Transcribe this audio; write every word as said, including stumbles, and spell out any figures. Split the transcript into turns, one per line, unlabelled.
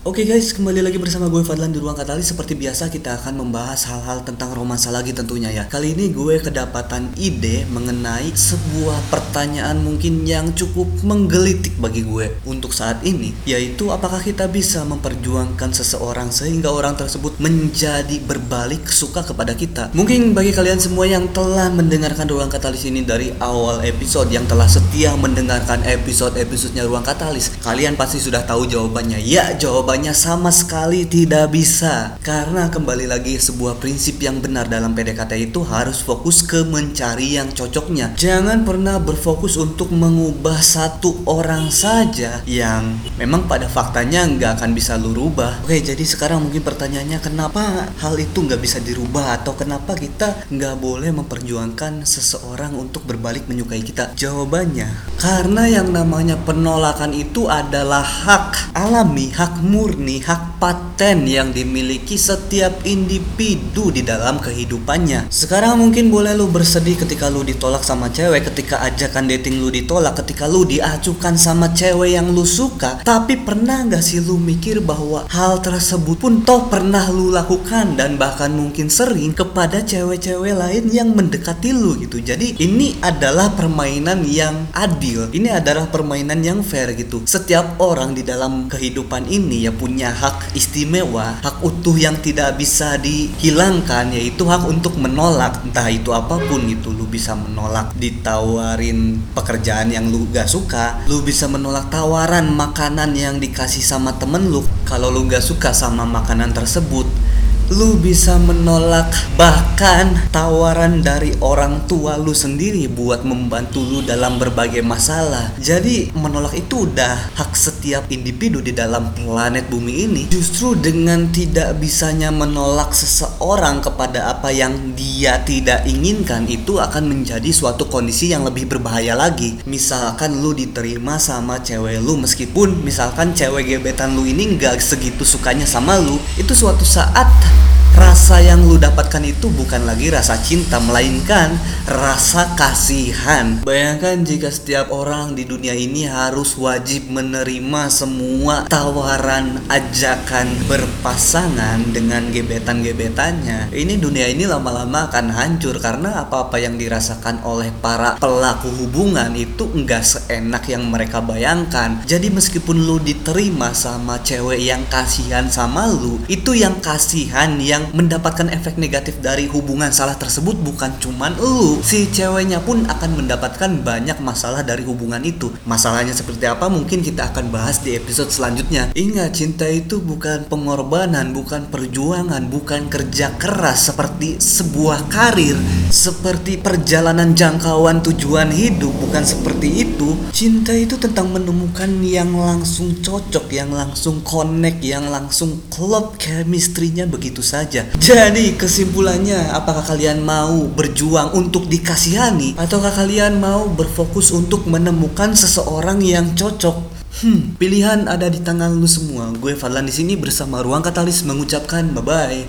Oke guys, kembali lagi bersama gue Fadlan di Ruang Katalis. Seperti biasa kita akan membahas hal-hal tentang romansa lagi tentunya ya. Kali ini gue kedapatan ide mengenai sebuah pertanyaan mungkin yang cukup menggelitik bagi gue untuk saat ini, yaitu apakah kita bisa memperjuangkan seseorang sehingga orang tersebut menjadi berbalik suka kepada kita. Mungkin bagi kalian semua yang telah mendengarkan Ruang Katalis ini dari awal episode, yang telah setia mendengarkan episode-episodenya Ruang Katalis, kalian pasti sudah tahu jawabannya. Ya, jawabannya Jawabannya sama sekali tidak bisa. Karena kembali lagi, sebuah prinsip yang benar dalam P D K T itu harus fokus ke mencari yang cocoknya. Jangan pernah berfokus untuk mengubah satu orang saja yang memang pada faktanya nggak akan bisa lu rubah. Oke, jadi sekarang mungkin pertanyaannya, kenapa hal itu nggak bisa dirubah, atau kenapa kita nggak boleh memperjuangkan seseorang untuk berbalik menyukai kita? Jawabannya, karena yang namanya penolakan itu adalah hak alami, hak murni, hak paten yang dimiliki setiap individu di dalam kehidupannya. Sekarang mungkin boleh lu bersedih ketika lu ditolak sama cewek, ketika ajakan dating lu ditolak, ketika lu diacukan sama cewek yang lu suka. Tapi pernah gak sih lu mikir bahwa hal tersebut pun toh pernah lu lakukan, dan bahkan mungkin sering kepada cewek-cewek lain yang mendekati lu gitu. Jadi ini adalah permainan yang adil, ini adalah permainan yang fair gitu. Setiap orang di dalam kehidupan ini ya punya hak istimewa, hak utuh yang tidak bisa dihilangkan, yaitu hak untuk menolak entah itu apapun gitu. Lu bisa menolak ditawarin pekerjaan yang lu gak suka, lu bisa menolak tawaran makanan yang dikasih sama temen lu kalau lu gak suka sama makanan tersebut. Lu bisa menolak bahkan tawaran dari orang tua lu sendiri buat membantu lu dalam berbagai masalah. Jadi menolak itu udah hak setiap individu di dalam planet bumi ini. Justru dengan tidak bisanya menolak seseorang kepada apa yang dia tidak inginkan, itu akan menjadi suatu kondisi yang lebih berbahaya lagi. Misalkan lu diterima sama cewek lu, meskipun misalkan cewek gebetan lu ini gak segitu sukanya sama lu, itu suatu saat rasa yang lu dapatkan itu bukan lagi rasa cinta, melainkan rasa kasihan. Bayangkan jika setiap orang di dunia ini harus wajib menerima semua tawaran ajakan berpasangan dengan gebetan-gebetannya. Ini dunia ini lama-lama akan hancur, karena apa-apa yang dirasakan oleh para pelaku hubungan itu enggak seenak yang mereka bayangkan. Jadi meskipun lu diterima sama cewek yang kasihan sama lu, itu yang kasihan yang mendapatkan efek negatif dari hubungan salah tersebut bukan cuman lu, si ceweknya pun akan mendapatkan banyak masalah dari hubungan itu. Masalahnya seperti apa mungkin kita akan bahas di episode selanjutnya. Ingat, cinta itu bukan pengorbanan, bukan perjuangan, bukan kerja keras seperti sebuah karir, seperti perjalanan jangkauan tujuan hidup, bukan seperti itu. Cinta itu tentang menemukan yang langsung cocok, yang langsung connect, yang langsung klop chemistry-nya begitu saja. Jadi kesimpulannya, apakah kalian mau berjuang untuk dikasihani, ataukah kalian mau berfokus untuk menemukan seseorang yang cocok? Hmm, pilihan ada di tangan lu semua. Gue Fadlan di sini bersama Ruang Katalis mengucapkan bye bye.